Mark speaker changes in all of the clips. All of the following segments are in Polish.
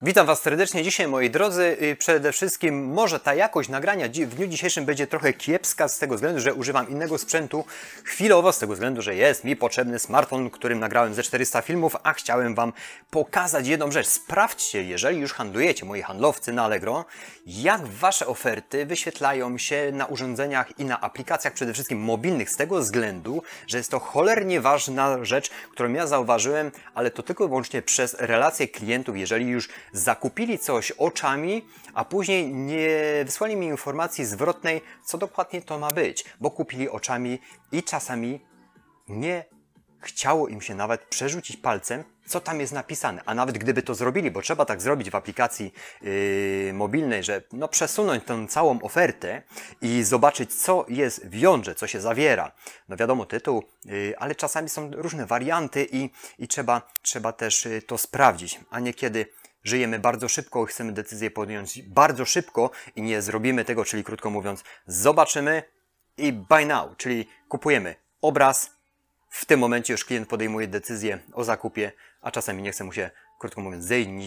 Speaker 1: Witam Was serdecznie dzisiaj, moi drodzy. Przede wszystkim może ta jakość nagrania w dniu dzisiejszym będzie trochę kiepska z tego względu, że używam innego sprzętu chwilowo, z tego względu, że jest mi potrzebny smartfon, którym nagrałem ze 400 filmów, a chciałem Wam pokazać jedną rzecz. Sprawdźcie, jeżeli już handlujecie, moi handlowcy na Allegro, jak Wasze oferty wyświetlają się na urządzeniach i na aplikacjach, przede wszystkim mobilnych, z tego względu, że jest to cholernie ważna rzecz, którą ja zauważyłem, ale to tylko i wyłącznie przez relacje klientów, jeżeli już zakupili coś oczami, a później nie wysłali mi informacji zwrotnej, co dokładnie to ma być, bo kupili oczami i czasami nie chciało im się nawet przerzucić palcem, co tam jest napisane. A nawet gdyby to zrobili, bo trzeba tak zrobić w aplikacji mobilnej, że przesunąć tę całą ofertę i zobaczyć, co jest w jądrze, co się zawiera. No wiadomo, tytuł, ale czasami są różne warianty i trzeba też to sprawdzić, a niekiedy żyjemy bardzo szybko i chcemy decyzję podjąć bardzo szybko i nie zrobimy tego, czyli krótko mówiąc, zobaczymy i buy now, czyli kupujemy obraz. W tym momencie już klient podejmuje decyzję o zakupie, a czasami nie chce mu się, krótko mówiąc,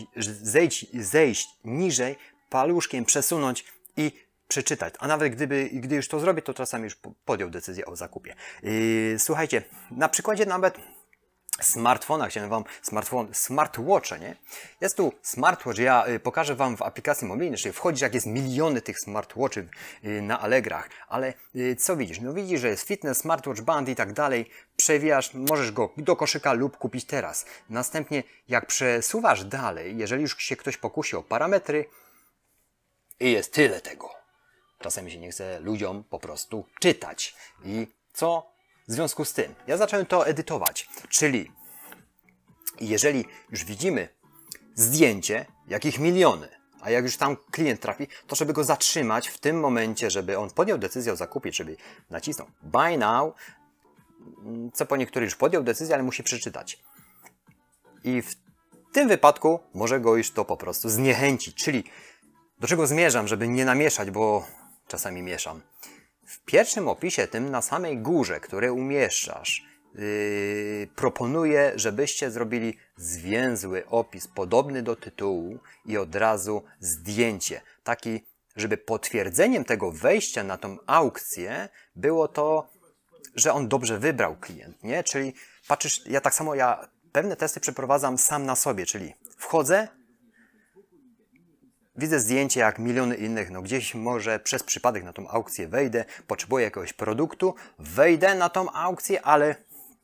Speaker 1: zejść niżej, paluszkiem przesunąć i przeczytać. A nawet gdy już to zrobi, to czasami już podjął decyzję o zakupie. Słuchajcie, na przykładzie nawet smartfona, chciałem Wam smartwatcha, nie? Jest tu smartwatch, ja pokażę Wam w aplikacji mobilnej, czyli wchodzisz, jak jest miliony tych smartwatchy na Allegrach, ale co widzisz? No widzisz, że jest fitness, smartwatch, band i tak dalej, przewijasz, możesz go do koszyka lub kupić teraz. Następnie jak przesuwasz dalej, jeżeli już się ktoś pokusi o parametry i jest tyle tego. Czasami się nie chce ludziom po prostu czytać. I co w związku z tym? Ja zacząłem to edytować, czyli jeżeli już widzimy zdjęcie, jakich miliony, a jak już tam klient trafi, to żeby go zatrzymać w tym momencie, żeby on podjął decyzję o zakupie, żeby nacisnął buy now, co po niektórych już podjął decyzję, ale musi przeczytać. I w tym wypadku może go już to po prostu zniechęcić, czyli do czego zmierzam, żeby nie namieszać, bo czasami mieszam. W pierwszym opisie, tym na samej górze, który umieszczasz, proponuję, żebyście zrobili zwięzły opis, podobny do tytułu i od razu zdjęcie. Taki, żeby potwierdzeniem tego wejścia na tą aukcję było to, że on dobrze wybrał klient, nie? Czyli patrzysz, ja pewne testy przeprowadzam sam na sobie, czyli wchodzę, widzę zdjęcie jak miliony innych, gdzieś może przez przypadek na tą aukcję wejdę, potrzebuję jakiegoś produktu, wejdę na tą aukcję, ale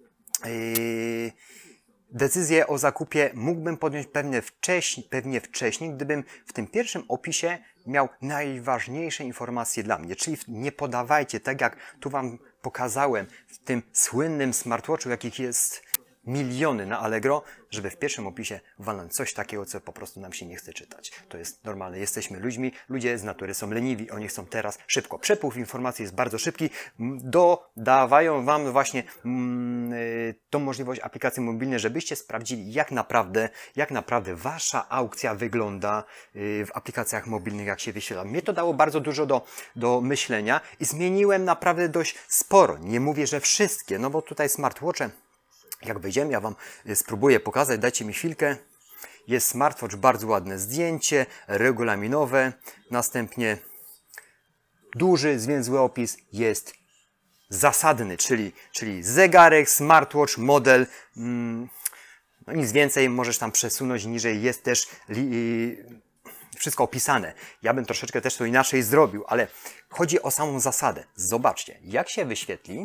Speaker 1: decyzję o zakupie mógłbym podjąć pewnie wcześniej, gdybym w tym pierwszym opisie miał najważniejsze informacje dla mnie. Czyli nie podawajcie, tak jak tu Wam pokazałem w tym słynnym smartwatchu, jakich jest miliony na Allegro, żeby w pierwszym opisie walnąć coś takiego, co po prostu nam się nie chce czytać. To jest normalne. Jesteśmy ludźmi, ludzie z natury są leniwi, oni chcą teraz szybko. Przepływ informacji jest bardzo szybki. Dodawają Wam właśnie tą możliwość aplikacji mobilnej, żebyście sprawdzili, jak naprawdę Wasza aukcja wygląda w aplikacjach mobilnych, jak się wyświetla. Mnie to dało bardzo dużo do myślenia i zmieniłem naprawdę dość sporo. Nie mówię, że wszystkie, no bo tutaj smartwatche, jak wejdziemy, ja Wam spróbuję pokazać, dajcie mi chwilkę. Jest smartwatch, bardzo ładne zdjęcie, regulaminowe, następnie duży, zwięzły opis, jest zasadny, czyli zegarek, smartwatch, model, no nic więcej, możesz tam przesunąć niżej, jest też wszystko opisane. Ja bym troszeczkę też to inaczej zrobił, ale chodzi o samą zasadę. Zobaczcie, jak się wyświetli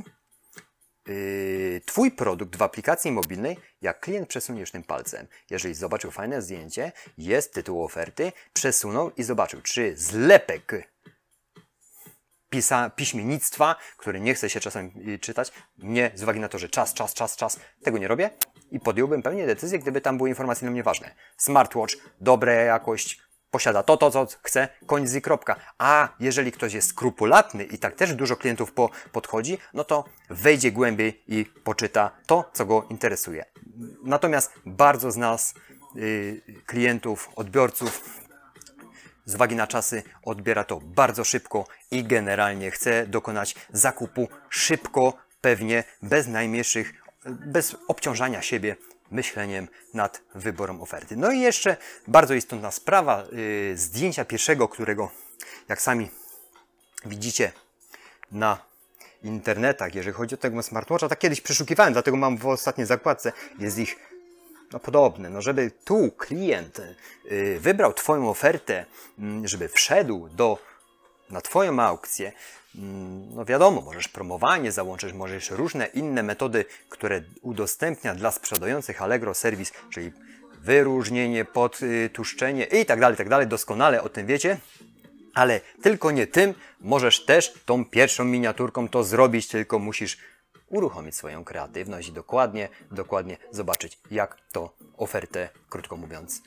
Speaker 1: Twój produkt w aplikacji mobilnej, jak klient przesuniesz tym palcem. Jeżeli zobaczył fajne zdjęcie, jest tytuł oferty, przesunął i zobaczył, czy zlepek piśmiennictwa, który nie chce się czasem czytać, nie, z uwagi na to, że czas, tego nie robię i podjąłbym pewnie decyzję, gdyby tam były informacje dla mnie ważne. Smartwatch, dobra jakość, posiada to, co chce, koniec i kropka. A jeżeli ktoś jest skrupulatny i tak też dużo klientów podchodzi, no to wejdzie głębiej i poczyta to, co go interesuje. Natomiast bardzo z nas, klientów, odbiorców, z uwagi na czasy odbiera to bardzo szybko i generalnie chce dokonać zakupu szybko, pewnie, bez obciążania siebie myśleniem nad wyborem oferty. No i jeszcze bardzo istotna sprawa, zdjęcia pierwszego, którego jak sami widzicie na internetach, jeżeli chodzi o tego smartwatcha, tak kiedyś przeszukiwałem, dlatego mam w ostatniej zakładce, jest ich podobne. No żeby tu klient wybrał Twoją ofertę, żeby wszedł na Twoją aukcję, no wiadomo, możesz promowanie załączyć, możesz różne inne metody, które udostępnia dla sprzedających Allegro serwis, czyli wyróżnienie, podtłuszczenie i tak dalej, doskonale o tym wiecie. Ale tylko nie tym, możesz też tą pierwszą miniaturką to zrobić, tylko musisz uruchomić swoją kreatywność i dokładnie zobaczyć, jak to ofertę, krótko mówiąc,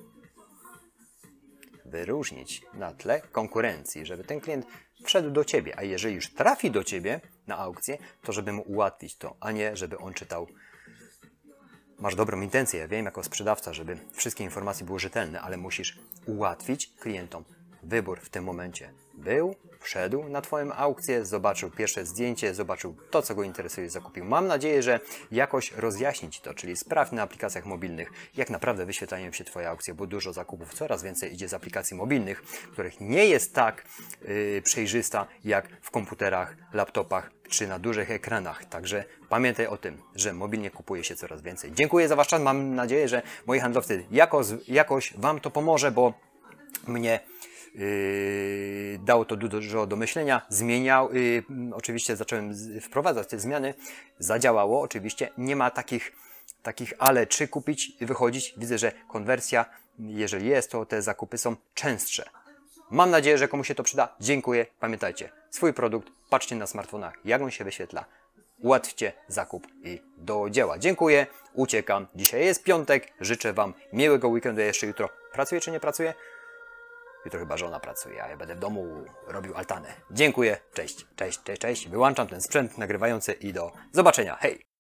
Speaker 1: wyróżnić na tle konkurencji, żeby ten klient wszedł do Ciebie, a jeżeli już trafi do Ciebie na aukcję, to żeby mu ułatwić to, a nie żeby on czytał. Masz dobrą intencję, ja wiem jako sprzedawca, żeby wszystkie informacje były rzetelne, ale musisz ułatwić klientom wybór w tym momencie. Wszedł na Twoją aukcję, zobaczył pierwsze zdjęcie, zobaczył to, co go interesuje, zakupił. Mam nadzieję, że jakoś rozjaśni Ci to, czyli sprawdź na aplikacjach mobilnych, jak naprawdę wyświetlają się Twoje aukcje, bo dużo zakupów coraz więcej idzie z aplikacji mobilnych, których nie jest tak przejrzysta jak w komputerach, laptopach czy na dużych ekranach. Także pamiętaj o tym, że mobilnie kupuje się coraz więcej. Dziękuję za Wasz czas. Mam nadzieję, że moi handlowcy jakoś Wam to pomoże, bo mnie dało to dużo do myślenia, oczywiście zacząłem wprowadzać te zmiany, zadziałało, oczywiście nie ma takich ale czy kupić i wychodzić, widzę, że konwersja, jeżeli jest, to te zakupy są częstsze. Mam nadzieję, że komuś się to przyda, dziękuję, pamiętajcie, swój produkt, patrzcie na smartfonach, jak on się wyświetla, ułatwcie zakup i do dzieła. Dziękuję, uciekam, dzisiaj jest piątek, życzę Wam miłego weekendu, ja jeszcze jutro pracuję czy nie pracuję? Jutro chyba żona pracuje, a ja będę w domu robił altanę. Dziękuję, cześć. Wyłączam ten sprzęt nagrywający i do zobaczenia. Hej!